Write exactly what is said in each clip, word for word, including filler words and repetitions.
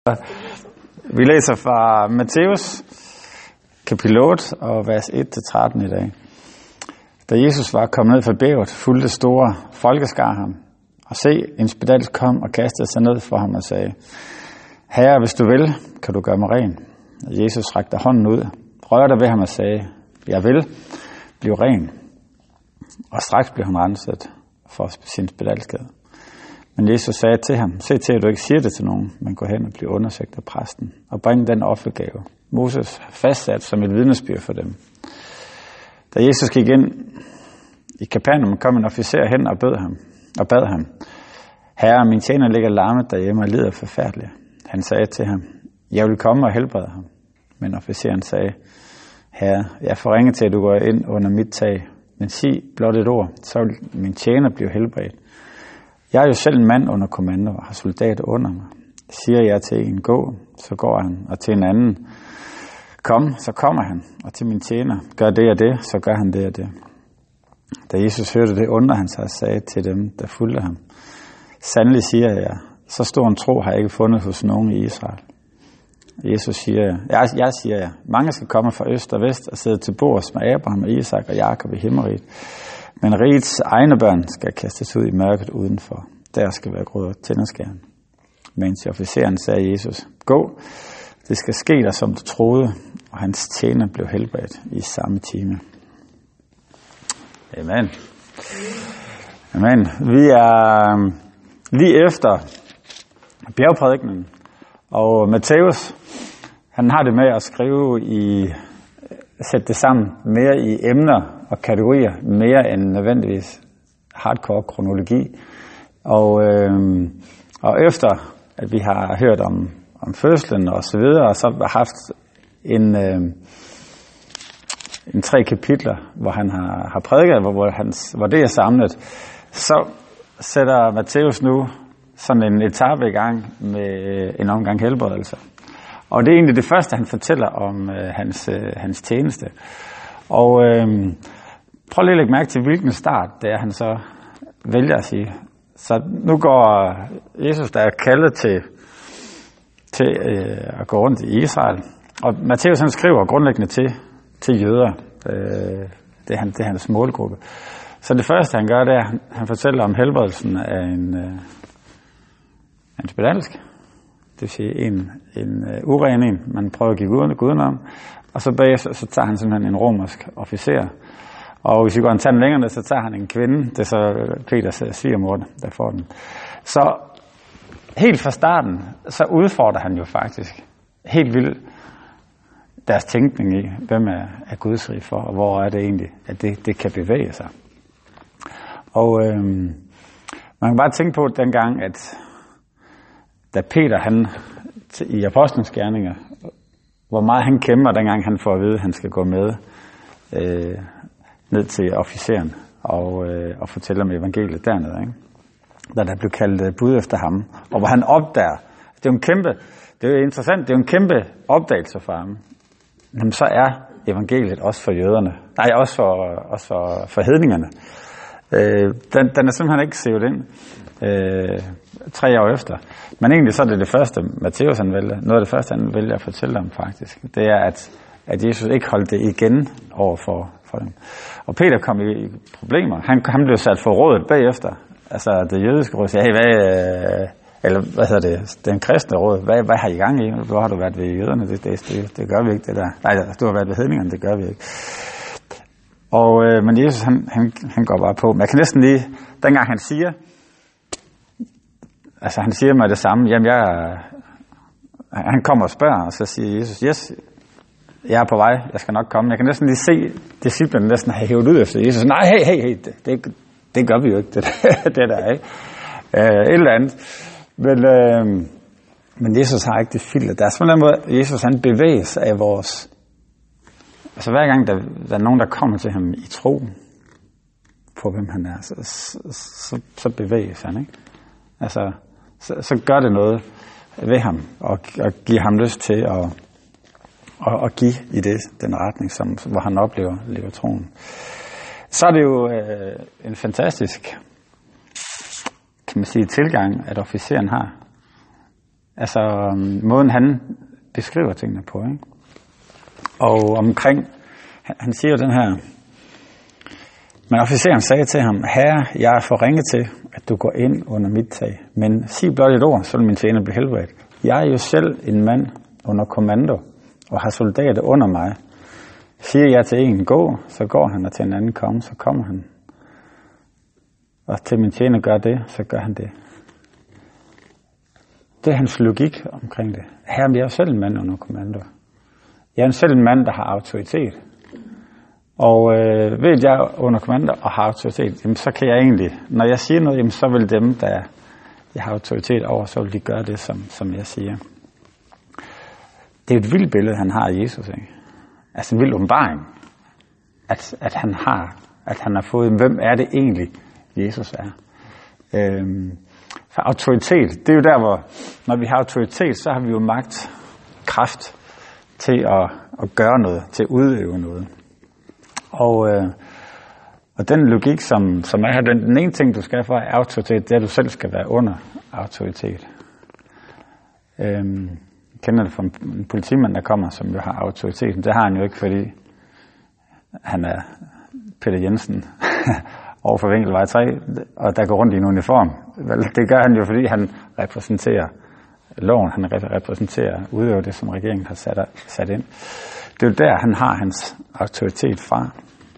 Vi læser fra Matthæus, kapitel otte og vers et til tretten i dag. Da Jesus var kommet ned fra bjerget, fulgte store folkeskar ham. Og se, en spedalsk kom og kastede sig ned for ham og sagde, Herre, hvis du vil, kan du gøre mig ren. Og Jesus rakte hånden ud, rørte ved ham og sagde, jeg vil, blive ren. Og straks blev han renset for sin spedalskhed. Men Jesus sagde til ham, se til, at du ikke siger det til nogen, men gå hen og blive undersøgt af præsten, og bring den offergave. Moses har fastsat som et vidnesbyrd for dem. Da Jesus gik ind i Kapernaum, kom en officer hen og bød ham, og bad ham, Herre, min tjener ligger lammet derhjemme og lider forfærdeligt. Han sagde til ham, jeg vil komme og helbrede ham. Men officeren sagde, Herre, jeg får ringe til, at du går ind under mit tag, men sig blot et ord, så vil min tjener blive helbredt. Jeg er jo selv en mand under kommando og har soldater under mig. Siger jeg til en, gå, så går han, og til en anden, kom, så kommer han, og til min tjener, gør det og det, så gør han det og det. Da Jesus hørte det, undrede han sig og sagde til dem, der fulgte ham, sandelig siger jeg, så stor en tro har jeg ikke fundet hos nogen i Israel. Jesus siger, jeg, jeg siger jeg, mange skal komme fra øst og vest og sidde til bords med Abraham og Isak og Jakob i himmeriget. Men rigets egne børn skal kastes ud i mørket udenfor. Der skal være grød og tænderskærn. Men til officeren sagde Jesus, gå, det skal ske der, som du troede, og hans tjener blev helbredt i samme time. Amen. Amen. Vi er lige efter bjergprædikenen, og Matthæus, han har det med at skrive i, sætte det sammen mere i emner og kategorier, mere end nødvendigvis hardcore kronologi. Og, øh, og efter at vi har hørt om, om fødslen og så videre, og så har haft en, øh, en tre kapitler, hvor han har, har prædiket, hvor, hvor, hans, hvor det er samlet, så sætter Matthæus nu sådan en etape i gang med en omgang helbredelse. Og det er egentlig det første, han fortæller om øh, hans, øh, hans tjeneste. Og øh, prøv lige at lægge mærke til, hvilken start det er, han så vælger at sige. Så nu går Jesus, der er kaldet til, til øh, at gå rundt i Israel. Og Matthæus, han skriver grundlæggende til, til jøder. Øh, det, er han, det er hans målgruppe. Så det første, han gør, det er, at han, han fortæller om helbredelsen af en, øh, en spedalsk. Det vil sige en, en uh, uren en, man prøver at give guden, guden om. Og så bagefter, så tager han simpelthen en romersk officer. Og hvis vi går en tand længere ned, så tager han en kvinde. Det er så Peters svigermor, der får den. Så helt fra starten, så udfordrer han jo faktisk helt vildt deres tænkning i, hvem er, er Guds rig for, og hvor er det egentlig, at det, det kan bevæge sig. Og øhm, man kan bare tænke på dengang, at da Peter, han i Apostlenes Gerninger, hvor meget han kæmper, dengang han får at vide, at han skal gå med øh, ned til officeren og, øh, og fortælle om evangeliet dernede, ikke? Da der blev kaldt bud efter ham, og hvor han opdager, det er jo en kæmpe, det er jo interessant, det er jo en kæmpe opdagelse for ham. Men så er evangeliet også for jøderne, nej, også for, også for, for hedningerne. Øh, den, den er simpelthen ikke sivet ind øh, tre år efter. Men egentlig så er det det første, Matthæus han vælger, noget af det første, han vælger at fortælle om faktisk, det er, at, at Jesus ikke holdt det igen over for, for dem. Og Peter kom i, i problemer. Han, han blev sat for rådet bagefter. Altså det jødiske råd siger, hey, hvad, øh, eller hvad hedder det, den kristne råd, hvad, hvad har I gang i? Hvor har du været ved jøderne? Det, det, det, det gør vi ikke, det der. Nej, du har været ved hedningerne, det gør vi ikke. Og, øh, men Jesus, han, han, han går bare på. Men jeg kan næsten lige, dengang han siger, altså han siger mig det samme, jamen jeg, han kommer og spørger, og så siger Jesus, yes, jeg er på vej, jeg skal nok komme. Jeg kan næsten lige se disciplene næsten have hævet ud efter Jesus. Nej, hey, hey, hey, det, det, det gør vi jo ikke, det, det der, ikke? Øh, et eller andet. Men, øh, men Jesus har ikke det filter. Der er sådan en måde, Jesus han bevæges af vores, altså hver gang der, der er nogen, der kommer til ham i tro på, hvem han er, så, så, så bevæges han, ikke? Altså, så, så gør det noget ved ham, og, og giver ham lyst til at, at, at give i det, den retning, som, hvor han oplever lever troen. Så er det jo øh, en fantastisk, kan man sige, tilgang, at officeren har. Altså måden han beskriver tingene på, ikke? Og omkring, han, han siger den her, men officeren sagde til ham, herre, jeg er for ringe til, at du går ind under mit tag, men sig blot et ord, så vil min tjener blive helbredt. Jeg er jo selv en mand under kommando, og har soldater under mig. Siger jeg til en, gå, så går han, og til en anden, kom, så kommer han. Og til min tjener gør det, så gør han det. Det er hans logik omkring det. Herre, jeg er jo selv en mand under kommando. Jeg er selv en mand, der har autoritet. Og øh, ved at jeg er under kommando og har autoritet, jamen, så kan jeg egentlig, når jeg siger noget, jamen, så vil dem, der jeg har autoritet over, så vil de gøre det, som, som jeg siger. Det er et vildt billede, han har af Jesus, ikke? Altså en vild åbenbaring, at, at han har, at han har fået, hvem er det egentlig, Jesus er. Øhm, for autoritet, det er jo der, hvor, når vi har autoritet, så har vi jo magt, kraft til at, at gøre noget, til at udøve noget. Og, øh, og den logik, som, som er her, den, den ene ting, du skal for er autoritet, det er, at du selv skal være under autoritet. Øhm, jeg kender det fra en politimand, der kommer, som jo har autoritet. Det har han jo ikke, fordi han er Peter Jensen over for Vinkelvej tre, og der går rundt i en uniform. Det gør han jo, fordi han repræsenterer loven, han repræsenterer udøver det, som regeringen har sat, sat ind. Det er jo der, han har hans autoritet fra.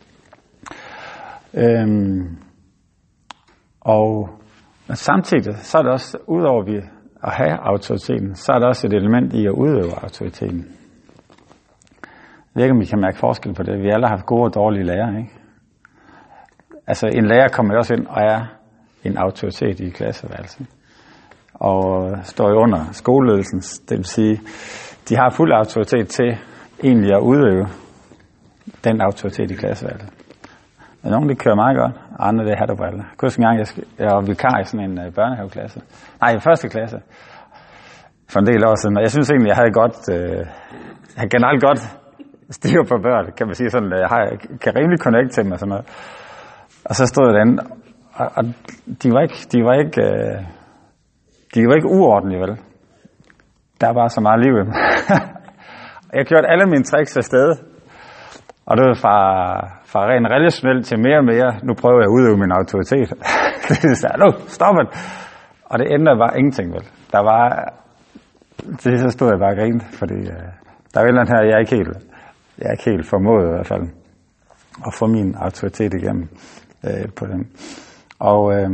Øhm, og samtidig, så er det også, udover vi at have autoriteten, så er der også et element i at udøve autoriteten. Jeg ved ikke, om vi kan mærke forskel på det. Vi alle har haft gode og dårlige lærere, ikke? Altså, en lærer kommer jo også ind og er en autoritet i klasseværelsen. Og står jo under skoleledelsen, det vil sige, de har fuld autoritet til egentlig at udøve den autoritet i klasseværelset. Og nogle, de kører meget godt, og andre, det er hattebriller. Jeg kunne huske en gang, jeg, jeg var vikar i sådan en uh, børnehaveklasse. Nej, i første klasse. For en del år siden. Og jeg synes egentlig, jeg havde godt, uh, jeg havde generelt godt styr på børn, kan man sige sådan, jeg, har, jeg kan rimelig connect til dem og sådan noget. Og så stod jeg derinde, og, og de var ikke, de var ikke, uh, de var ikke uordentlige, vel? Der var så meget liv i dem. Jeg gjorde alle mine tricks afsted. Og det var fra, fra ren relationelt til mere og mere, nu prøver jeg at udøve min autoritet. Det sagde, nu, stop it. Og det ændrede bare ingenting, vel. Der var, til så stod jeg bare og grinede, fordi uh, der er jo et eller andet her, jeg er ikke helt, jeg er ikke helt formået i hvert fald, at få min autoritet igennem uh, på dem. Og, uh,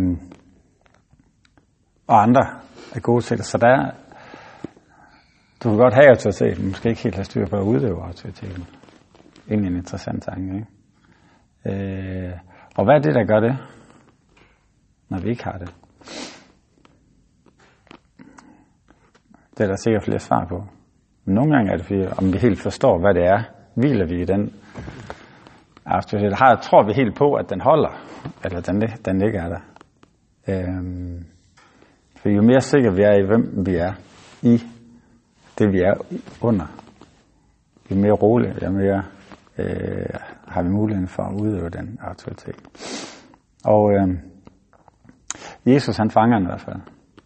og andre er gode til det. Så der, du kan godt have autoritet, men måske ikke helt have styr på at udøve autoriteten. Egentlig en interessant tanke, ikke? Øh, og hvad er det, der gør det, når vi ikke har det? Det er der sikkert flere svar på. Men nogle gange er det, fordi om vi helt forstår, hvad det er, hviler vi i den autoritet. Har, tror vi helt på, at den holder, eller den, den ikke er der. Øh, for jo mere sikre vi er i, hvem vi er i det, vi er under, jo mere roligt, jo mere øh, har vi muligheden for at udøve den autoritet. Og øh, Jesus, han fanger den i hvert fald.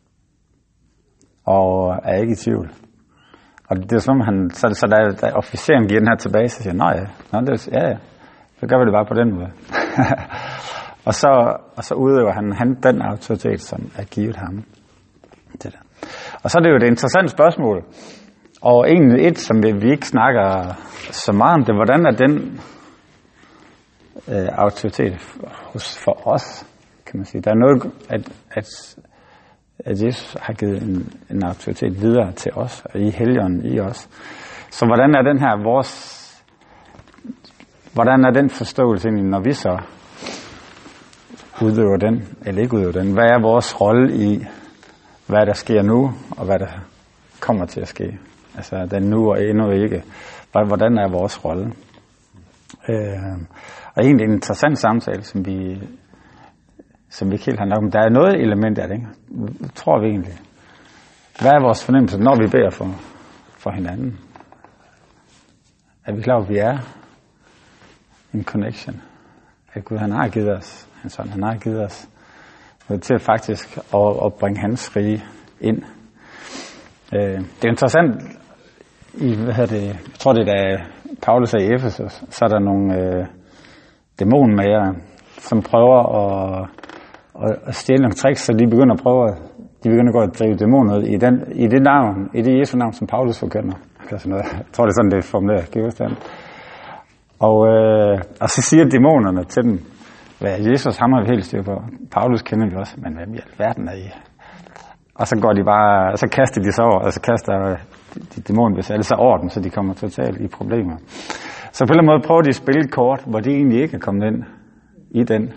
Og er ikke i tvivl. Og det er som han, så, så da, da officeren giver den her tilbage, så siger han, nej, ja, nå, det, ja, ja, så gør vi det bare på den måde. og, så, og så udøver han, han den autoritet, som er givet ham. Det der. Og så er det jo et interessant spørgsmål. Og egentlig et, som vi, vi ikke snakker så meget om det, hvordan er den øh, autoritet hos, for os, kan man sige. Der er noget, at, at, at Jesus har givet en, en autoritet videre til os, og i Helligånden i os. Så hvordan er den her vores, hvordan er den forståelse egentlig, når vi så udøver den, eller ikke udøver den? Hvad er vores rolle i, hvad der sker nu, og hvad der kommer til at ske? Altså den nu og endnu ikke. Hvordan er vores rolle? Øh, og egentlig en interessant samtale, som vi, som vi ikke helt har nok om. Der er noget element af det, ikke? Tror vi egentlig. Hvad er vores fornemmelse, når vi beder for, for hinanden? Er vi klar, at vi er en connection? At Gud, han har givet os, han, sådan, han har givet os til faktisk at, at bringe hans rige ind. Øh, det er interessant, i, hvad hedder det, jeg tror det er da Paulus er i Efesus, så er der nogle øh, dæmonmager, som prøver at, at, at stjæle nogle tricks, så de begynder at prøve, de begynder at gå og drive dæmoner ud i, den, i det navn, i det Jesu navn, som Paulus forkender. Eller sådan noget. Jeg tror det er sådan, det er formuleret, giver stand. Og, øh, og så siger dæmonerne til dem, hvad Jesus ham har vi helt styr på. Paulus kender vi også, men hvem i alverden er I? Og så går de bare, og så kaster de sig over, og så kaster de, de dæmonbesatte sig over dem, så de kommer totalt i problemer. Så på en eller anden måde prøver de at spille et kort, hvor de egentlig ikke er kommet ind i den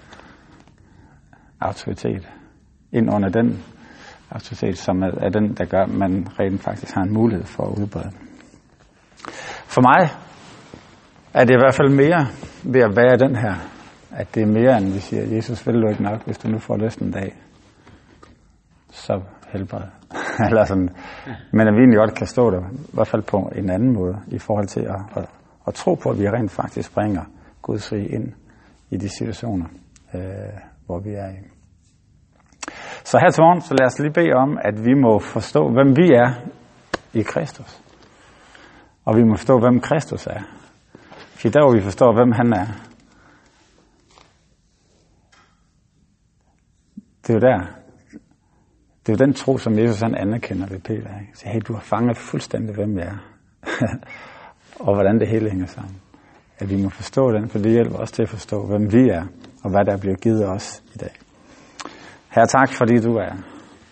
autoritet. Ind under den autoritet, som er, er den, der gør, at man rent faktisk har en mulighed for at udbrede. For mig er det i hvert fald mere ved at være den her, at det er mere end vi siger, Jesus vil du ikke nok, hvis du nu får lyst en dag, så helbred. Eller sådan. Men at vi egentlig godt kan stå der, i hvert fald på en anden måde, i forhold til at, at, at tro på, at vi rent faktisk bringer Guds rige ind i de situationer, øh, hvor vi er i. Så her til morgen, så lad os lige bede om, at vi må forstå, hvem vi er i Kristus. Og vi må forstå, hvem Kristus er. For der hvor vi forstår, hvem han er, det er jo der. Det er jo den tro, som Jesus han anerkender ved Peter. Ikke? Så hey, du har fanget fuldstændig, hvem jeg er. Og hvordan det hele hænger sammen. At vi må forstå den, for det hjælper os til at forstå, hvem vi er, og hvad der bliver givet os i dag. Herre, tak fordi du er.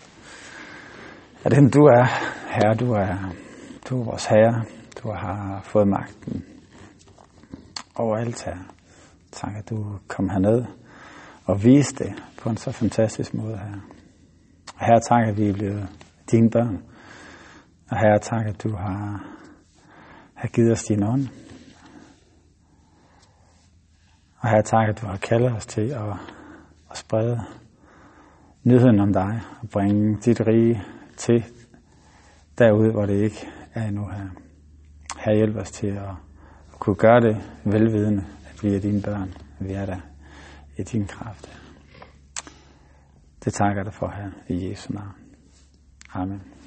Er den du er, Herre, du er, du er vores Herre. Du har fået magten over alt, Herre. Tak, at du kom herned og viste det på en så fantastisk måde, Herre. Og Herre, tak, at vi er blevet dine børn. Og Herre, tak, at du har, har givet os din ånd. Og Herre, tak, at du har kaldet os til at, at sprede nyheden om dig og bringe dit rige til derude, hvor det ikke er endnu her. Herre, hjælp os til at, at kunne gøre det velvidende, at vi er dine børn, at vi er der i din kraft. Det takker jeg dig for, Herre, i Jesu navn. Amen.